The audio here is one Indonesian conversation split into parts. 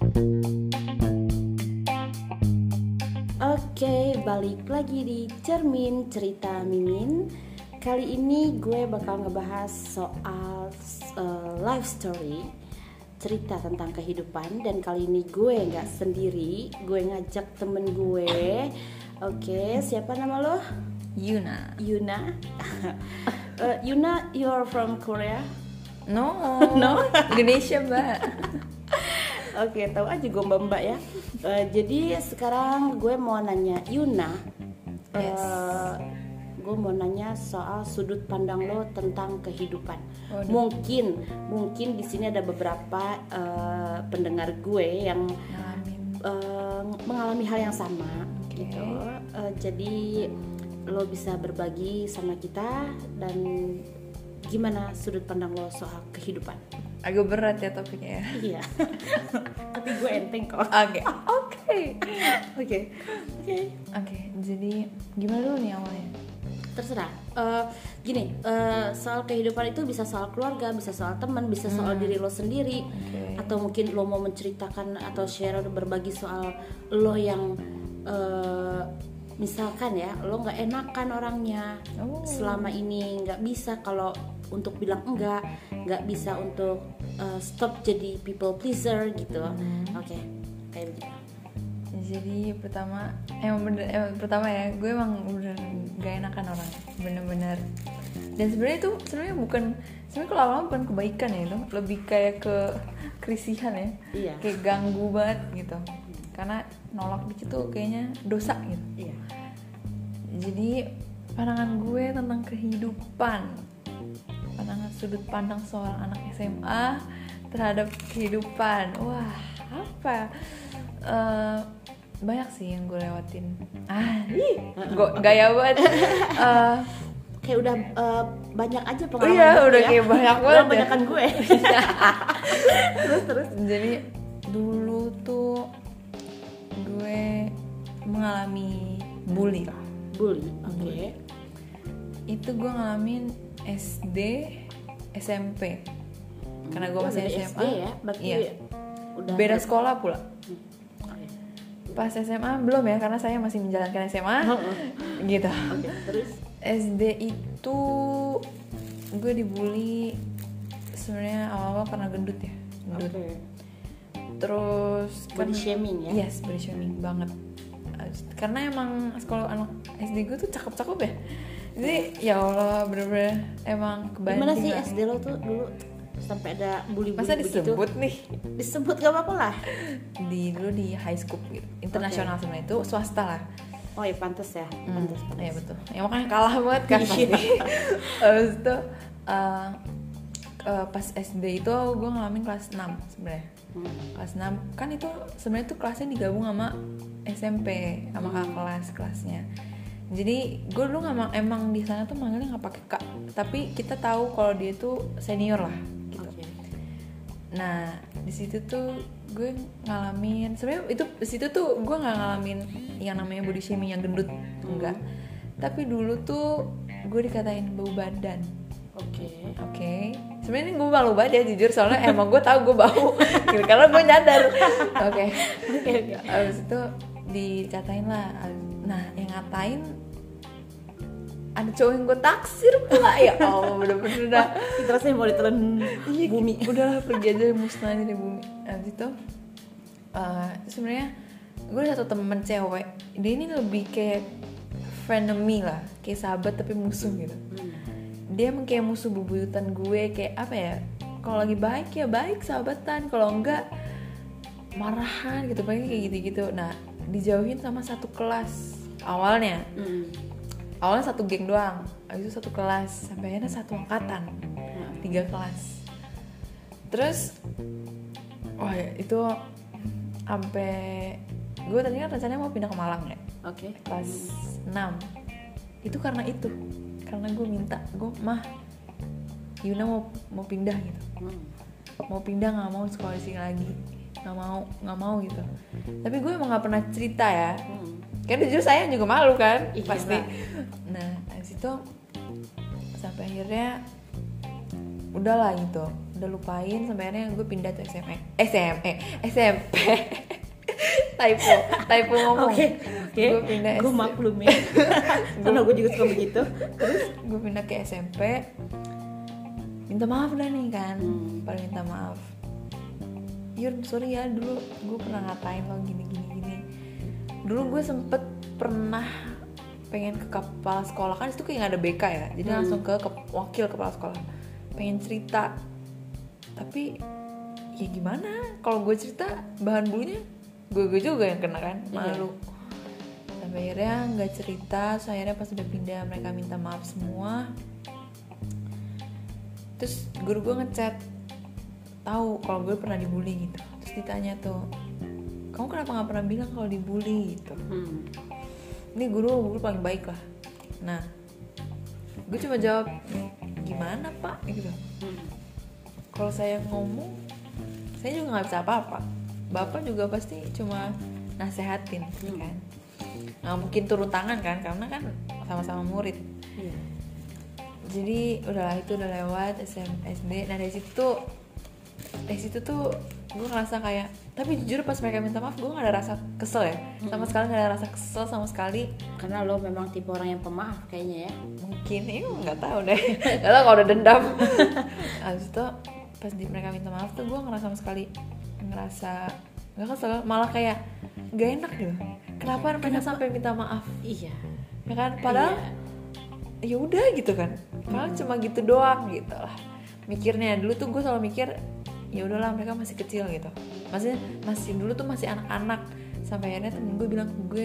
Oke, balik lagi di Cermin Cerita Mimin. Kali ini gue bakal ngebahas soal life story, cerita tentang kehidupan. Dan kali ini gue gak sendiri, gue ngajak temen gue. Oke, siapa nama lo? Yuna. Yuna, you're from Korea? No, Indonesia mbak. Oke, tahu aja gue mbak ya. Jadi sekarang gue mau nanya Yuna. Yes. Gue mau nanya soal sudut pandang lo tentang kehidupan. Mungkin di sini ada beberapa pendengar gue yang mengalami hal yang sama, gitu. Jadi lo bisa berbagi sama kita dan gimana sudut pandang lo soal kehidupan. Agak berat ya topiknya ya. Iya. Tapi gue enteng kok. Oke. Jadi gimana dulu nih awalnya? Terserah. Gini, soal kehidupan itu bisa soal keluarga, bisa soal teman, bisa soal diri lo sendiri, atau mungkin lo mau menceritakan atau share berbagi soal lo yang misalkan ya lo nggak enakan orangnya selama ini, nggak bisa kalau untuk bilang nggak bisa untuk stop jadi people pleaser gitu. Oke, kayak begitu. Jadi pertama ya gue emang bener gak enakan orang, bener-bener. Dan sebenarnya kalau lama bukan kebaikan ya, itu lebih kayak ke kerisihan ya. Iya. Kayak ganggu banget gitu. Karena nolak dikit tuh kayaknya dosa gitu. Iya. Jadi pandangan gue tentang kehidupan, pandangan sudut pandang seorang anak SMA terhadap kehidupan. Wah, apa? Banyak sih yang gue lewatin. Gaya banget. Kayak udah banyak aja pengalaman. Iya, udah ya. kayak banyak banget. Banyakan gue. terus. Jadi dulu tuh gue mengalami bully lah. Oke. Itu gue ngalamin SD, SMP. Karena gue masih dari SMA. SD ya, berarti udah beda sekolah pula. Pas SMA belum ya, karena saya masih menjalankan SMA. Gitu. Oke, terus SD itu gue dibully sebenarnya awal-awal karena gendut ya. Oke. Terus Body shaming ya? Yes, body shaming banget. Karena emang sekolah anak SD gue tuh cakep-cakep ya. Jadi ya Allah, bener-bener emang kebanding. Gimana sih SD lo tuh dulu sampai ada bully-bully Masa begitu? disebut nih? Disebut gak apa-apa lah. Dulu di high school gitu, internasional sebenarnya itu swasta lah. Oh ya, pantas ya. Pantas. Iya betul. Ya makanya kalah banget kan pasti. Habis itu pas SD itu gue ngalamin kelas 6 sebenarnya. Kelas 6 kan itu sebenarnya tuh kelasnya digabung sama SMP sama kakak kelasnya. Jadi gue dulu emang di sana tuh manggilnya nggak pakai kak, tapi kita tahu kalau dia tuh senior lah gitu. Nah di situ tuh gue ngalamin, sebenarnya itu di situ tuh gue nggak ngalamin yang namanya body shaming yang gendut, enggak. Tapi dulu tuh gue dikatain bau badan. Oke. Sebenarnya gue malu banget ya jujur, soalnya emang gue tahu gue bau gitu, karena gue nyadar. Oke. Abis itu dicatain lah. Nah yang ngatain ada cowok yang gue taksir pula. Ya Allah, bener-bener dah. Itu rasanya mau ditelan bumi. Udahlah pergi aja, musnah aja dari bumi. Abis itu sebenarnya gue ada satu temen cewek. Dia ini lebih kayak frenemy lah, kayak sahabat tapi musuh gitu. Dia emang kayak musuh bebuyutan gue, kayak apa ya, kalau lagi baik ya baik sahabatan, kalau enggak marahan gitu, paling kayak gitu-gitu. Nah dijauhin sama satu kelas awalnya. Awalnya satu geng doang, habis itu satu kelas, sampai akhirnya satu angkatan, 3 kelas. Terus itu sampai gue tadinya rencananya mau pindah ke Malang ya. Kelas 6. Itu karena gue minta, Yuna mau pindah gitu. Mau pindah, nggak mau sekolah di sini lagi, nggak mau gitu. Tapi gue emang nggak pernah cerita ya. Kan jujur saya juga malu kan, pasti. Nah, habis itu sampai akhirnya udahlah gitu. udah lupain sampai akhirnya gue pindah tuh SMP typo ngomong. Oke. Gue pindah Gue maklum ya. Karena gue juga suka begitu. Terus gue pindah ke SMP, minta maaf dah nih kan, pada minta maaf. Yur, sorry ya, dulu gue pernah ngatain lo gini. Dulu gue pernah pengen ke kepala sekolah, kan itu kayak nggak ada BK ya, jadi langsung ke wakil kepala sekolah, pengen cerita. Tapi ya gimana, kalau gue cerita bahan bulunya gue juga yang kena kan, malu. Sampai akhirnya nggak cerita. Akhirnya pas udah pindah mereka minta maaf semua. Terus guru gue ngechat, tahu kalau gue pernah dibully gitu. Terus ditanya tuh, kamu kenapa nggak pernah bilang kalau dibully gitu. Ini guru paling baik lah. Nah, gue cuma jawab, gimana pak gitu. Kalau saya ngomong, saya juga nggak bisa apa-apa. Bapak juga pasti cuma nasehatin, kan. Nggak mungkin turun tangan kan, karena kan sama-sama murid. Jadi udahlah, itu udah lewat SD. Nah dari situ tuh gue ngerasa kayak, tapi jujur pas mereka minta maaf gue nggak ada rasa kesel ya, sama sekali nggak ada rasa kesel sama sekali. karena lo memang tipe orang yang pemaaf kayaknya ya. Mungkin ini nggak tahu deh. Kalau udah dendam. Abis itu pas mereka minta maaf tuh gue ngerasa sama sekali ngerasa nggak kesel, malah kayak gak enak gitu. Kenapa mereka sampai minta maaf? Iya. Ya kan, padahal ya udah gitu kan, padahal cuma gitu doang gitu lah mikirnya. Dulu tuh gue selalu mikir ya udahlah mereka masih kecil gitu, masih dulu tuh masih anak-anak. Sampai akhirnya temen gue bilang ke gue,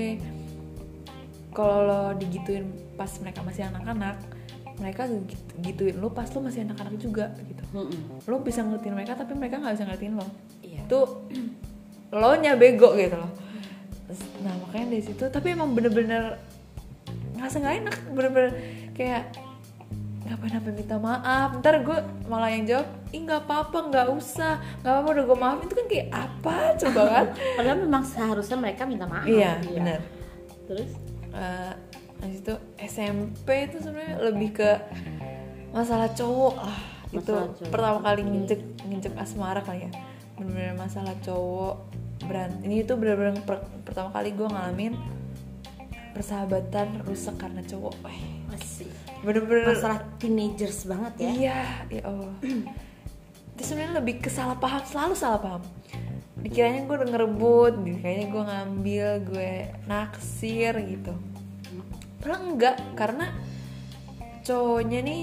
kalau lo digituin pas mereka masih anak-anak, mereka gituin lo pas lo masih anak-anak juga gitu. Lo bisa ngertiin mereka tapi mereka nggak bisa ngertiin lo. Tuh lo nya bego gitu loh. Nah makanya dari situ, tapi emang bener-bener ngerasa nggak enak, bener-bener kayak ngapain sampai minta maaf. Ntar gue malah yang jawab, nggak apa-apa, nggak usah, nggak apa-apa, udah gue maafin. Itu kan kayak apa coba kan. Padahal memang seharusnya mereka minta maaf. Iya benar. Terus habis itu SMP itu sebenarnya lebih ke masalah cowok lah. Itu pertama kali nginjek asmara kali ya, bener-bener masalah cowok berantem. Ini itu bener-bener pertama kali gue ngalamin persahabatan rusak karena cowok. Masih bener-bener masalah teenagers banget ya. Iya, ya Allah. Itu sebenarnya lebih ke salah paham, selalu salah paham. Dikiranya gue udah ngerebut, dikiranya gue ngambil, gue naksir gitu. Padahal enggak, karena cowoknya nih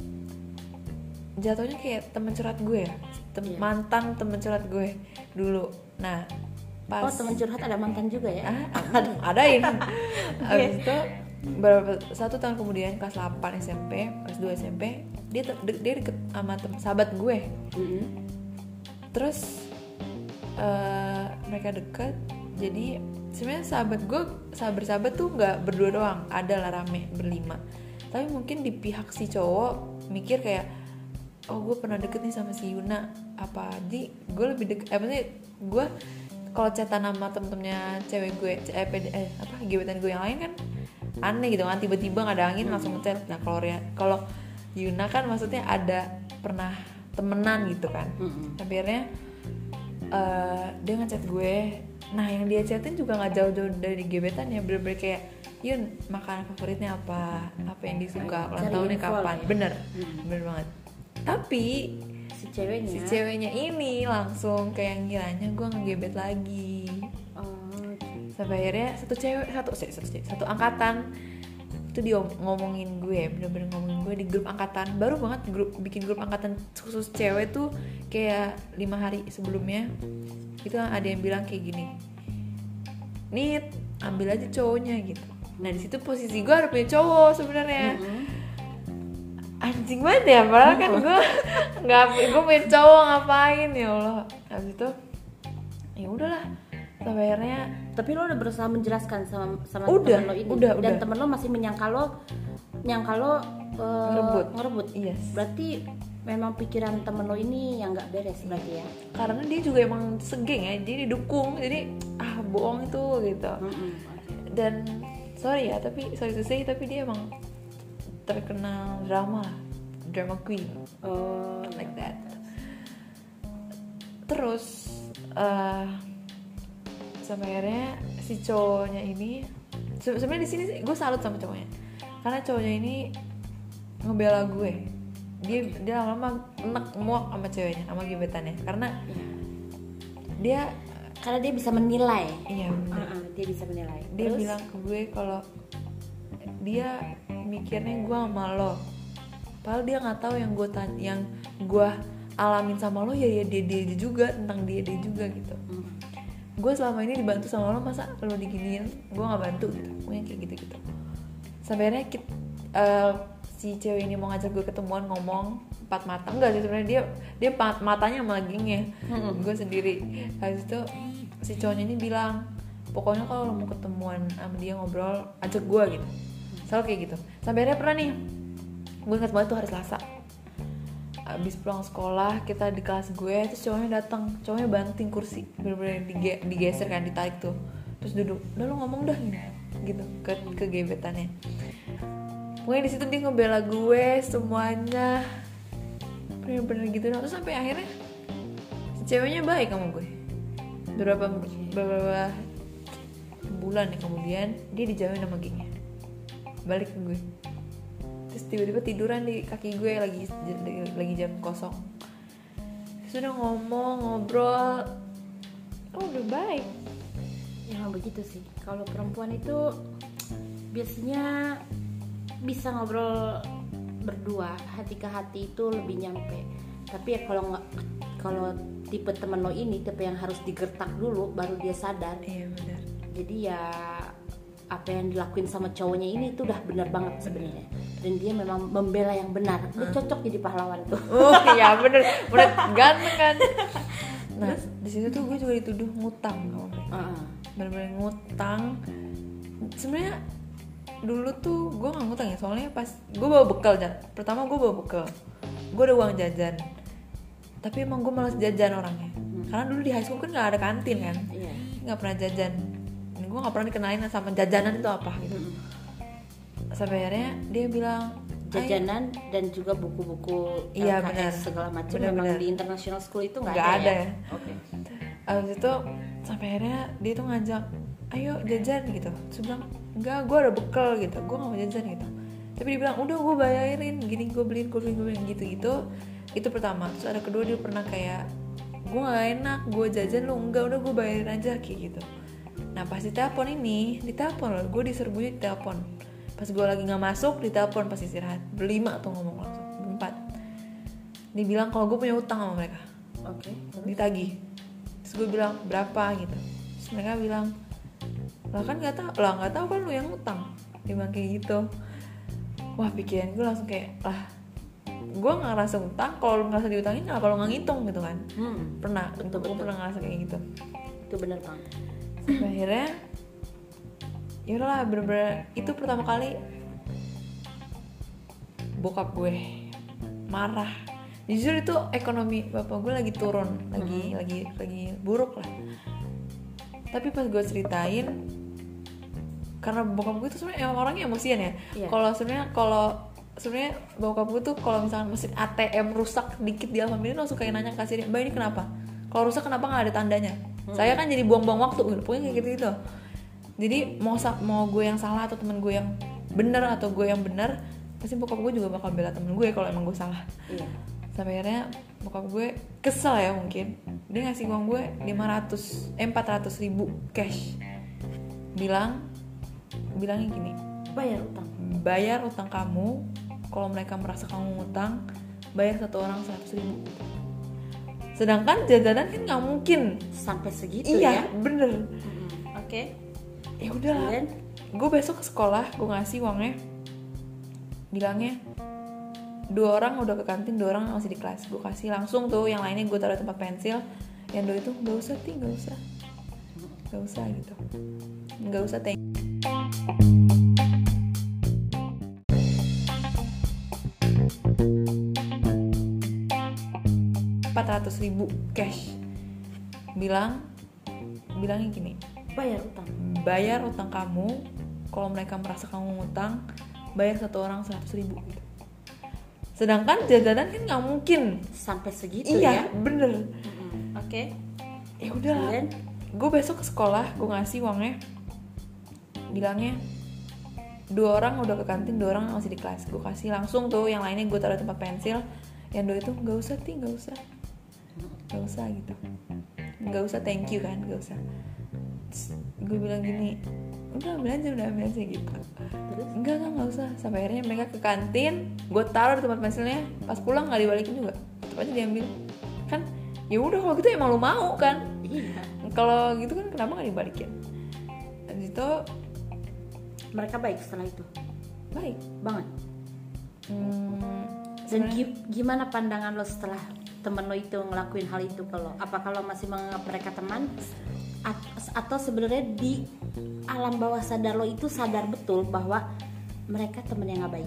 jatuhnya kayak teman curhat gue ya, mantan teman curhat gue dulu. Nah, pas teman curhat ada mantan juga ya? Ada ini. Abis itu satu tahun kemudian kelas 8 SMP, kelas 2 SMP, dia deket sama sahabat gue. Terus mereka deket. Jadi sebenarnya sahabat tuh nggak berdua doang, ada lah rame berlima. Tapi mungkin di pihak si cowok mikir kayak, oh gue pernah deket nih sama si Yuna, apa di gue lebih deket, gue kalau chatan sama temen-temennya cewek gue, gebetan gue yang lain kan aneh gitu kan, tiba-tiba nggak ada angin langsung ngechat. Nah kalau Yuna kan maksudnya ada pernah temenan gitu kan. Akhirnya dia ngechat gue. Nah yang dia chatin juga nggak jauh-jauh dari gebetan ya, bener-bener kayak, Yun makanan favoritnya apa yang disuka, ulang tahunnya kapan, bener banget. Tapi si ceweknya ini langsung kayak ngiranya gue ngegebet lagi. Sampai akhirnya satu angkatan itu dia ngomongin gue, bener-bener ngomongin gue di grup angkatan. Baru banget bikin grup angkatan khusus cewek tuh kayak 5 hari sebelumnya. Itu ada yang bilang kayak gini, Nit ambil aja cowoknya gitu. Nah di situ posisi gue harus punya cowok sebenarnya. Anjing banget ya, padahal kan gue punya cowok, ngapain ya Allah. Habis itu ya udahlah, sampai akhirnya. Tapi lo udah berusaha menjelaskan sama temen lo ini, udah. dan temen lo masih menyangka lo ngerebut. Yes. Berarti memang pikiran temen lo ini yang nggak beres berarti ya. Karena dia juga emang segeng ya, jadi didukung, jadi bohong itu gitu. Dan sorry to say, tapi dia emang terkenal drama queen, like that. Terus sampai akhirnya si cowoknya ini sebenarnya di sini gue salut sama cowoknya, karena cowoknya ini ngebela gue. Dia lama-lama enak muak sama ceweknya, sama gebetannya, karena dia bisa menilai. Iya benar. Dia bisa menilai. Dia bilang ke gue kalau dia mikirnya gue sama lo, padahal dia nggak tahu yang gue alamin sama lo ya dia juga, tentang dia juga gitu. Gue selama ini dibantu sama lo, masa lo diginiin gue nggak bantu gitu, pokoknya kayak gitu. Sampai akhirnya si cewek ini mau ngajak gue ketemuan, ngomong 4 mata, enggak sih sebenarnya dia 4 matanya sama gengnya, gue sendiri. Habis itu si cowoknya ini bilang, pokoknya kalau lo mau ketemuan sama dia ngobrol, ajak gue gitu, selalu kayak gitu. Sampai akhirnya pernah nih, gue ingat banget tuh hari Selasa, abis pulang sekolah kita di kelas gue, terus cowoknya datang, cowoknya banting kursi, bener-bener digeser kan, ditarik tuh, terus duduk, udah lo ngomong dah gitu ke gebetannya. Pokoknya di situ dia ngebela gue semuanya, bener-bener gitu. Terus sampai akhirnya si ceweknya baik sama gue. Beberapa bulan ya kemudian dia dijauhin sama gengnya, balik ke gue. Terus tiba-tiba tiduran di kaki gue lagi jam kosong. Sudah ngobrol, udah baik. Ya begitu sih. Kalau perempuan itu biasanya bisa ngobrol berdua, hati ke hati itu lebih nyampe. Tapi ya kalau tipe teman lo ini tipe yang harus digertak dulu baru dia sadar. Iya benar. Jadi ya apa yang dilakuin sama cowoknya ini itu udah benar banget sebenarnya, dan dia memang membela yang benar. Dia cocok jadi pahlawan tuh. Oh iya benar ganteng kan. Nah di situ tuh gue juga dituduh ngutang sama mereka. Bener-bener ngutang. Sebenarnya dulu tuh gue nggak ngutang ya, soalnya pas gue bawa bekal, pertama gue bawa bekal, gue ada uang jajan, tapi emang gue malas jajan orangnya, karena dulu di high school kan nggak ada kantin kan, nggak pernah jajan, gue nggak pernah dikenalin sama jajanan itu apa gitu. Sampai akhirnya dia bilang jajanan dan juga buku-buku LKS segala macam memang di international school itu nggak ada ya? Oke. Abis itu sampai akhirnya dia tuh ngajak, ayo jajan gitu. Terus bilang enggak, gue ada bekal gitu, gue gak mau jajan gitu. Tapi dia bilang udah gue bayarin, gini gue beliin gitu. Itu pertama. Terus ada kedua, dia pernah kayak gue gak enak, gue jajan lu enggak, udah gue bayarin aja kayak gitu. Nah pas ditelepon loh, gue diserbunya ditelepon. Pas gue lagi gak masuk, ditelepon pas istirahat. Berlima tuh ngomong langsung, berempat. Dia bilang kalau gue punya utang sama mereka. Oke. Ditagih. Terus gue bilang berapa gitu. Terus mereka bilang, lah kan nggak tahu kan lu yang utang. Dia bilang kayak gitu. Wah pikiran gue langsung kayak, lah gue nggak ngerasa utang, kalau lu ngerasa diutangin kalau nggak ngitung gitu kan. Pernah, gue pernah ngerasa kayak gitu. Itu benar bang. Sampai akhirnya ya udahlah, bener-bener itu pertama kali bokap gue marah. Jujur itu ekonomi bapak gue lagi turun, lagi buruk lah. Tapi pas gue ceritain, karena bokap gue tuh sebenarnya orangnya emosian ya. Kalau sebenarnya bokap gue tuh kalau misalnya mesin ATM rusak dikit di Alfamart langsung kayak nanya kasirnya, "Mbak ini kenapa? Kalau rusak kenapa nggak ada tandanya?" Saya kan jadi buang-buang waktu, pokoknya kayak gitu. Jadi mau gue yang salah atau temen gue yang benar atau gue yang benar, pasti bokap gue juga bakal bela temen gue kalau emang gue salah. Sampai akhirnya bokap gue kesel ya mungkin, dia ngasih uang gue 400.000 cash, bilangnya gini, bayar utang kamu. Kalau mereka merasa kamu ngutang, bayar satu orang 100.000. Sedangkan jajanan kan nggak mungkin sampai segitu ya. Iya bener. Oke. Ya udah, gue besok ke sekolah, gue ngasih uangnya, bilangnya 2 orang udah ke kantin, 2 orang masih di kelas. Gue kasih langsung tuh, yang lainnya gue taruh tempat pensil. Yang 2 itu nggak usah gitu, nggak usah thank. 400.000 cash, bilangnya gini, bayar utang kamu. Kalau mereka merasa kamu ngutang, bayar satu orang 100.000 gitu. Sedangkan jajanan kan nggak mungkin sampai segitu ya. Bener. Oke. Oke. Ya udah, gue besok ke sekolah, gue ngasih uangnya, bilangnya 2 orang udah ke kantin, 2 orang masih di kelas. Gue kasih langsung tuh, yang lainnya gue taruh tempat pensil. Yang 2 itu nggak usah gitu, nggak usah, thank you kan, nggak usah. Gue bilang gini, udah ambil aja gitu. Terus nggak usah. Sampai akhirnya mereka ke kantin, gue taruh di tempat pensilnya. Pas pulang nggak dibalikin juga, tetap aja diambil. Kan ya udah, kalau gitu emang lu mau kan. Iya. Kalau gitu kan kenapa nggak dibalikin? Dan itu mereka baik setelah itu. Baik banget. Dan gimana pandangan lo setelah temen lo itu ngelakuin hal itu? Apakah lo masih menganggap mereka teman, atau sebenarnya di alam bawah sadar lo itu sadar betul bahwa mereka temen yang gak baik?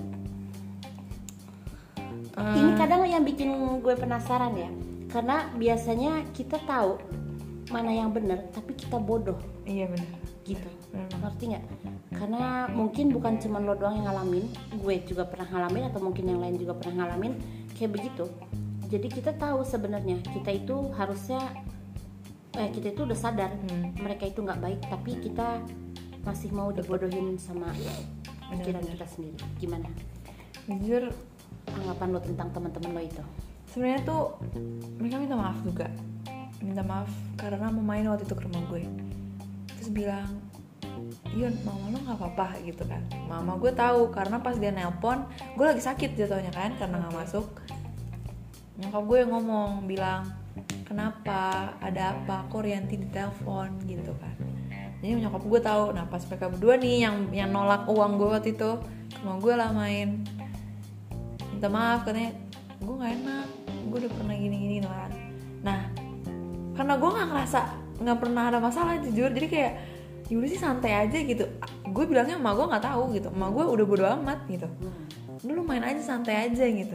Ini kadang yang bikin gue penasaran ya, karena biasanya kita tahu mana yang benar tapi kita bodoh. Iya benar gitu. Ngerti nggak? Karena mungkin bukan cuma lo doang yang ngalamin, gue juga pernah ngalamin, atau mungkin yang lain juga pernah ngalamin kayak begitu. Jadi kita tahu sebenarnya kita itu harusnya kita itu udah sadar mereka itu nggak baik, tapi kita masih mau dibodohin sama pikiran kita sendiri. Gimana? Jujur, anggapan lo tentang teman-teman lo itu? Sebenarnya tuh mereka minta maaf karena mau main waktu itu ke rumah gue. Terus bilang, Yun, mama lo nggak apa-apa gitu kan. Mama gue tahu karena pas dia nelpon, gue lagi sakit jatuhnya kan karena nggak masuk. Nyokap gue yang ngomong, bilang, kenapa, ada apa, kok Rianti ditelepon gitu kan. Jadi nyokap gue tahu. Nah pas mereka berdua nih yang nolak uang gue waktu itu, ke rumah gue lah main, minta maaf katanya gue nggak enak, gue udah pernah gini kan. Nah karena gue nggak pernah ada masalah jujur, jadi kayak yaudah sih santai aja gitu. Gue bilangnya emak gue nggak tahu gitu, emak gue udah bodo amat gitu, lu main aja santai aja gitu.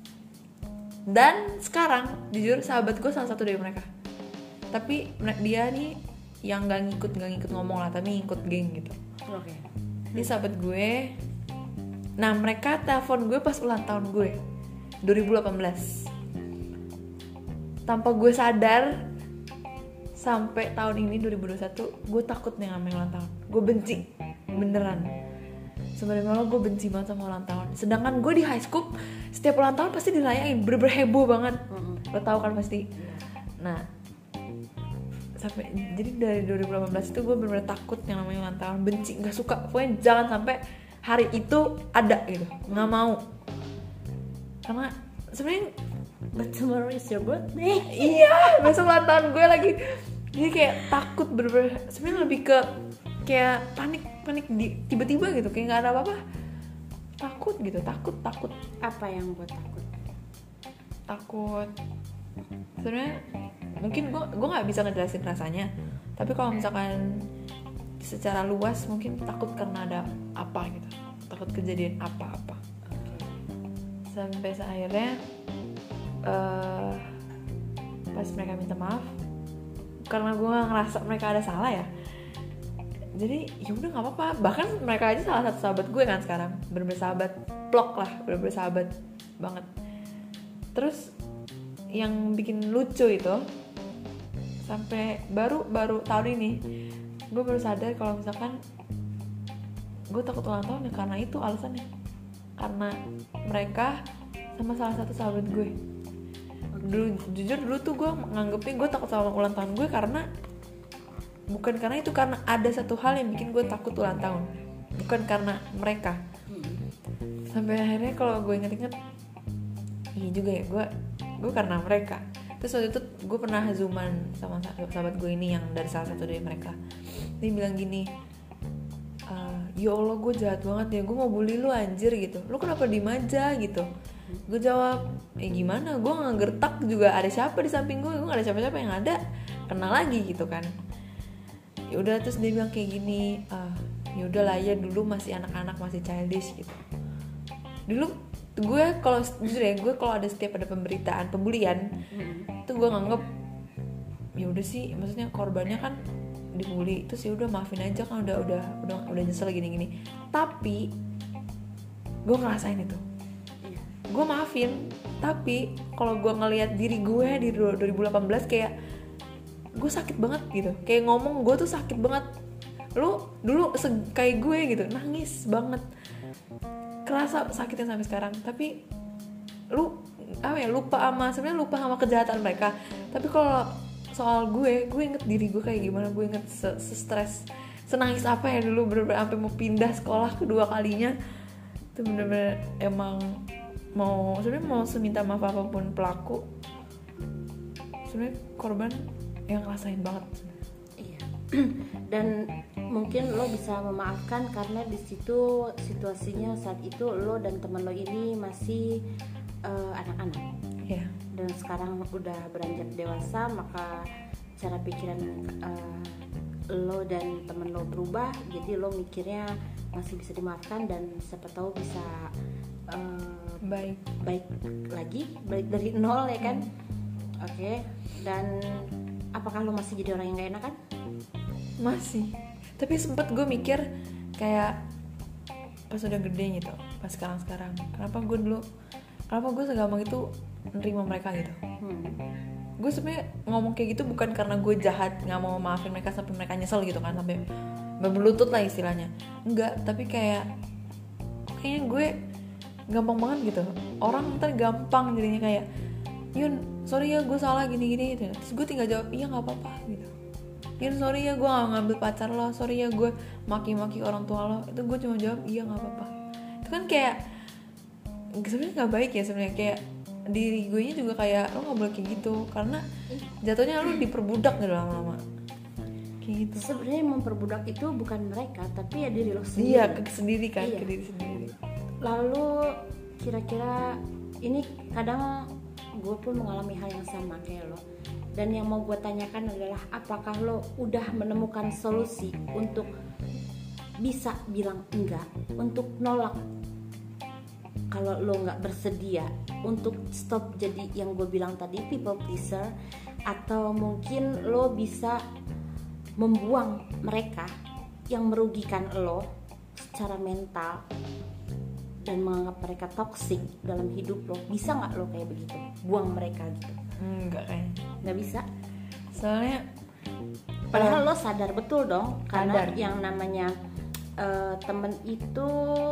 Dan sekarang jujur sahabat gue salah satu dari mereka, tapi dia nih yang nggak ngikut ngomong lah, tapi ngikut geng gitu. Oke. Ini sahabat gue. Nah mereka telepon gue pas ulang tahun gue 2018, tanpa gue sadar. Sampai tahun ini 2021 gue takut nih namanya ulang tahun. Gue benci beneran. Sebenarnya malah gue benci banget sama ulang tahun. Sedangkan gue di high school setiap ulang tahun pasti dirayain, bener-bener heboh banget. Lo tau kan pasti. Nah sampai jadi dari 2018 itu gue bener-bener takut yang namanya ulang tahun, benci, nggak suka. Pokoknya jangan sampai hari itu ada gitu, nggak mau. Karena sebenarnya but tomorrow is your birthday. Iya, besok ulang tahun gue lagi. Jadi kayak takut bener-bener. Sebenarnya lebih ke kayak panik tiba-tiba gitu, kayak nggak ada apa-apa. Takut gitu, takut. Apa yang buat takut? Takut. Sebenarnya mungkin gue nggak bisa ngejelasin rasanya. Tapi kalau misalkan secara luas mungkin takut karena ada apa gitu. Takut kejadian apa-apa. Sampai akhirnya pas mereka minta maaf, karena gue nggak ngerasa mereka ada salah ya, jadi ya udah nggak apa-apa. Bahkan mereka aja salah satu sahabat gue kan sekarang, bener-bener sahabat plok lah, bener-bener sahabat banget. Terus yang bikin lucu itu sampai baru tahun ini gue baru sadar kalau misalkan gue takut ulang tahun ya karena itu alasannya, karena mereka sama salah satu sahabat gue. Jujur tuh gue nganggepnya gue takut sama ulang tahun gue karena bukan karena itu, karena ada satu hal yang bikin gue takut ulang tahun, bukan karena mereka. Sampai akhirnya kalau gue inget-inget, iya juga ya, gue karena mereka. Terus waktu itu gue pernah zooman sama sahabat gue ini yang dari salah satu dari mereka. Dia bilang gini, ya Allah gue jahat banget ya, gue mau bully lu anjir gitu, lu kenapa diem aja gitu. Gue jawab, gimana, gue nggak gertak juga, ada siapa di samping gue nggak ada siapa-siapa, yang ada kenal lagi gitu kan. Ya udah, terus dia bilang kayak gini, ya udahlah ya, dulu masih anak-anak, masih childish gitu. Dulu gue kalau jujur ya, gue kalau setiap ada pemberitaan pembulian itu gue nganggep ya udah sih, maksudnya korbannya kan dibully, terus ya udah maafin aja kan, udah nyesel gini-gini. Tapi gue ngerasain itu, gue maafin, tapi kalau gue ngelihat diri gue di 2018 kayak gue sakit banget gitu, kayak ngomong gue tuh sakit banget. Lu dulu kayak gue gitu, nangis banget, kerasa sakitnya sampai sekarang. Tapi lu lupa sama kejahatan mereka. Tapi kalau soal gue inget diri gue kayak gimana, gue inget stres, senangis apa ya dulu, bener-bener sampai mau pindah sekolah kedua kalinya. Itu bener-bener emang mau seminta maaf apapun pelaku, sebenarnya korban yang ngerasain banget. Iya. Dan mungkin lo bisa memaafkan karena di situ situasinya saat itu lo dan teman lo ini masih anak-anak. Iya. Dan sekarang udah beranjak dewasa, maka cara pikiran lo dan teman lo berubah, jadi lo mikirnya masih bisa dimaafkan dan siapa tahu bisa baik dari nol ya kan. Oke. Dan apakah lo masih jadi orang yang gak enakan? Masih. Tapi sempet gue mikir kayak pas udah gede gitu, pas sekarang kenapa gue segampang itu nerima mereka gitu. Gue sebenarnya ngomong kayak gitu bukan karena gue jahat, nggak mau maafin mereka sampai mereka nyesel gitu kan, sampai berlutut lah istilahnya. Enggak, tapi kayaknya gue gampang banget gitu. Orang ntar gampang jadinya kayak, Yun, sorry ya gue salah gini-gini gitu. Terus gue tinggal jawab, iya nggak apa-apa gitu. Yun, sorry ya gue nggak ngambil pacar lo, sorry ya gue maki-maki orang tua lo. Itu gue cuma jawab, iya nggak apa-apa. Itu kan kayak sebenarnya nggak baik ya sebenarnya, kayak diri gue nya juga kayak lo nggak boleh kayak gitu, karena jatuhnya lo diperbudak gitu lama-lama kayak gitu. Sebenarnya memperbudak itu bukan mereka, tapi ya diri lo sendiri. Iya, ke sendiri kan, iya. Ke diri sendiri. Lalu kira-kira ini kadang gue pun mengalami hal yang sama kayak lo. Dan yang mau gue tanyakan adalah apakah lo udah menemukan solusi untuk bisa bilang enggak, untuk nolak kalau lo nggak bersedia, untuk stop jadi yang gue bilang tadi people pleaser, atau mungkin lo bisa membuang mereka yang merugikan lo secara mental dan menganggap mereka toksik dalam hidup lo. Bisa nggak lo kayak begitu, buang mereka gitu? Enggak kayaknya. Nggak bisa. Soalnya padahal lo sadar betul dong, karena sadar. yang namanya temen itu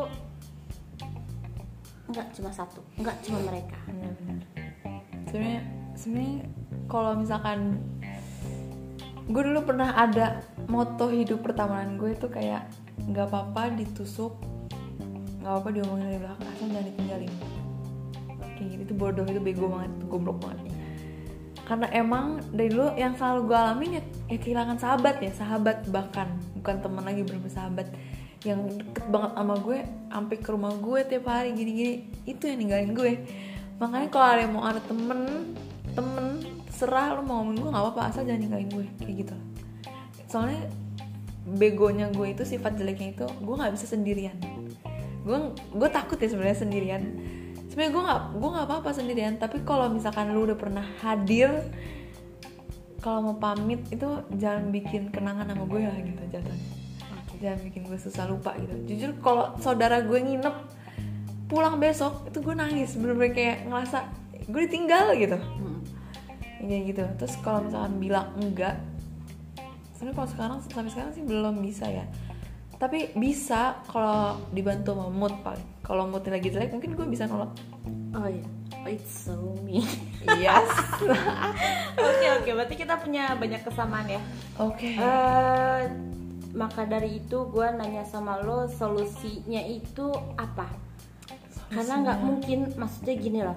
nggak cuma satu, nggak cuma mereka. Benar. Sebenarnya kalau misalkan gue dulu pernah ada moto hidup pertemanan gue tuh kayak nggak apa-apa ditusuk, nggak apa-apa diomongin dari belakang, asal jangan ditinggalin. Kayak gitu, itu bodoh, itu bego banget, itu goblok banget. Karena emang dari dulu yang selalu gue alamin ya kehilangan sahabat bahkan bukan teman lagi, bener-bener sahabat yang deket banget sama gue, sampai ke rumah gue tiap hari gini-gini, itu yang ninggalin gue. Makanya kalau ada yang mau ada temen serah lo mau ngomongin gue nggak apa-apa, asal jangan ninggalin gue, kayak gitu. Soalnya begonya gue itu, sifat jeleknya itu, gue nggak bisa sendirian. Gue takut ya sebenarnya sendirian. Sebenarnya gue nggak apa-apa sendirian, tapi kalau misalkan lu udah pernah hadir, kalau mau pamit itu jangan bikin kenangan sama gue lah gitu jatuhnya. Jangan bikin gue susah lupa gitu. Jujur kalau saudara gue nginep pulang besok itu gue nangis, bener-bener kayak ngerasa gue ditinggal gitu. Kayak gitu. Terus kalau misalkan bilang enggak, sebenarnya kalau sampai sekarang sih belum bisa ya. Tapi bisa kalau dibantu sama mood paling. Kalau moodnya lagi jelek mungkin gue bisa nolak. Oh iya, it's so me. Yes. Oke, berarti kita punya banyak kesamaan ya. Oke. Maka dari itu gue nanya sama lo, solusinya itu apa? Karena nggak mungkin, maksudnya gini loh,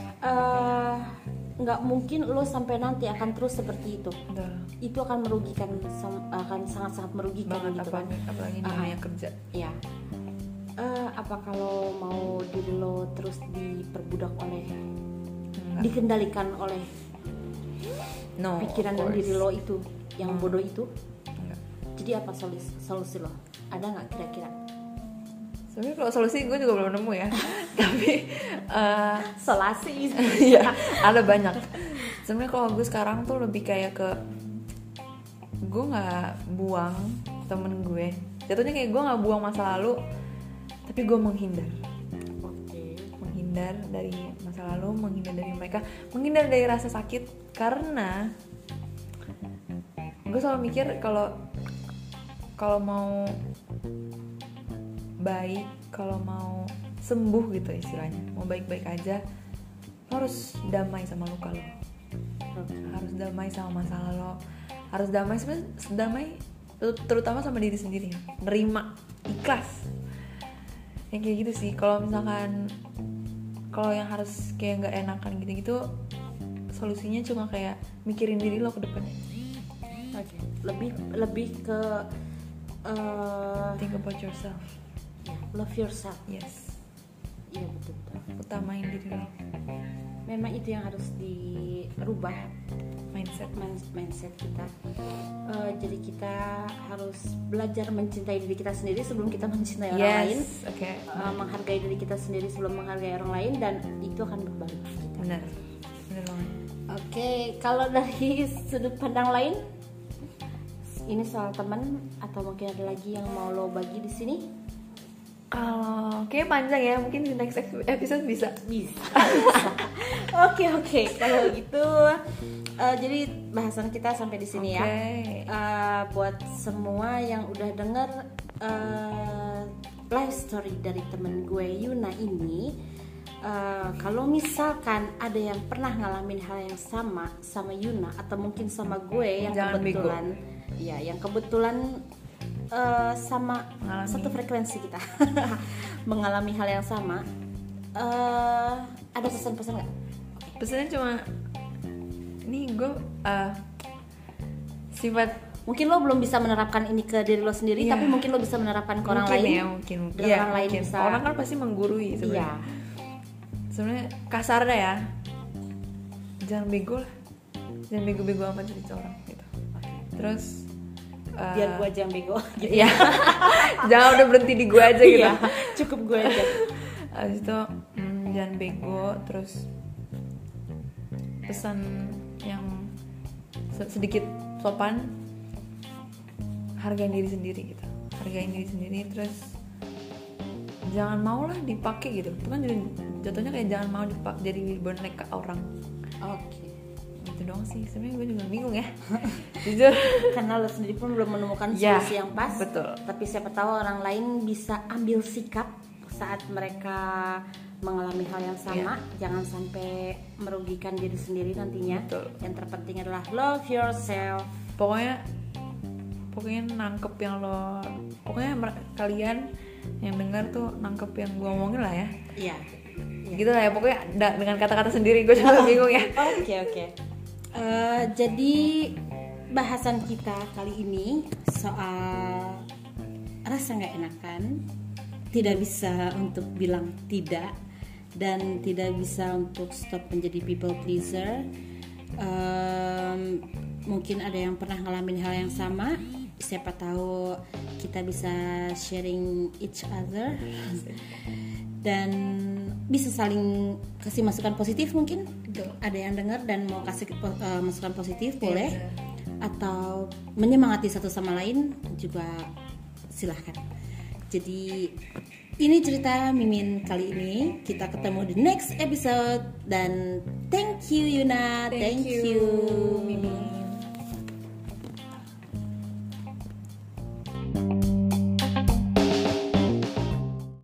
nggak mungkin lo sampai nanti akan terus seperti itu. Itu akan merugikan, akan sangat-sangat merugikan banget, gitu kan. Apalagi namanya kerja. Ya. Apa kalau mau diri lo terus diperbudak oleh, dikendalikan oleh pikiran dan diri lo itu yang bodoh itu? Jadi apa solusi lo? Ada nggak kira-kira? Sebenarnya kalau solusi gue juga belum nemu ya. Tapi solasi ya ada banyak. Sebenarnya kalau gue sekarang tuh lebih kayak ke gue nggak buang temen gue. Jatuhnya kayak gue nggak buang masa lalu, tapi gue menghindar. Menghindar dari masa lalu, menghindar dari mereka, menghindar dari rasa sakit, karena gue selalu mikir kalau mau baik, kalau mau sembuh gitu istilahnya, mau baik-baik aja, lo harus damai sama luka lo, harus damai sama masalah lo, harus damai terutama sama diri sendiri, nerima, ikhlas, yang kayak gitu sih. Kalau misalkan kalau yang harus kayak nggak enakan gitu-gitu, solusinya cuma kayak mikirin diri lo ke depannya. Oke. Lebih ke think about yourself, love yourself. yes, Iya betul. utamain diri lo, Memang itu yang harus dirubah, mindset kita. Jadi kita harus belajar mencintai diri kita sendiri sebelum kita mencintai orang lain. Okay. Menghargai diri kita sendiri sebelum menghargai orang lain, dan itu akan berbalik ke kita. Benar banget. Oke, kalau dari sudut pandang lain, ini soal teman atau mungkin ada lagi yang mau lo bagi di sini? Kalau kayak panjang ya, mungkin di next episode bisa. Oke. Kalau gitu, jadi bahasan kita sampai di sini ya. Buat semua yang udah denger life story dari temen gue Yuna ini, kalau misalkan ada yang pernah ngalamin hal yang sama Yuna atau mungkin sama gue yang jangan kebetulan, ya yang kebetulan sama satu frekuensi kita mengalami hal yang sama, ada pesan-pesan nggak? Pesannya cuma ini gue sifat, mungkin lo belum bisa menerapkan ini ke diri lo sendiri, tapi mungkin lo bisa menerapkan ke orang lain. Mungkin orang lain bisa. Orang kan pasti menggurui sebenarnya. Sebenarnya kasarnya ya, jangan bego lah, jangan bego-bego amat jadi orang gitu. Terus biar gue aja yang bego gitu. Ya. Jangan udah berhenti di gue aja gitu. Cukup gue aja. Abis itu jangan bego. Terus pesan yang sedikit sopan, hargain diri sendiri gitu. Hargain diri sendiri. Terus jangan mau lah dipakai gitu. Itu kan jatuhnya kayak jangan mau jadi bonek ke orang. Oke. Itu doang sih, sebenarnya gue juga bingung ya. Jujur, karena lo sendiri pun belum menemukan solusi yang pas. Betul. Tapi siapa tahu orang lain bisa ambil sikap saat mereka mengalami hal yang sama. Jangan sampai merugikan diri sendiri nantinya. Betul. Yang terpenting adalah love yourself. Pokoknya nangkep yang kalian yang dengar tuh nangkep yang gue omongin lah ya. Iya. Gitu lah ya, pokoknya dengan kata-kata sendiri gue juga bingung ya. Oke. Jadi bahasan kita kali ini soal rasa nggak enakan, tidak bisa untuk bilang tidak, dan tidak bisa untuk stop menjadi people pleaser. Mungkin ada yang pernah ngalamin hal yang sama, siapa tahu kita bisa sharing each other dan bisa saling kasih masukan positif. Mungkin ada yang dengar dan mau kasih masukan positif, boleh, atau menyemangati satu sama lain juga silahkan. Jadi ini cerita Mimin kali ini. Kita ketemu di next episode, dan thank you Yuna, thank you Mimin.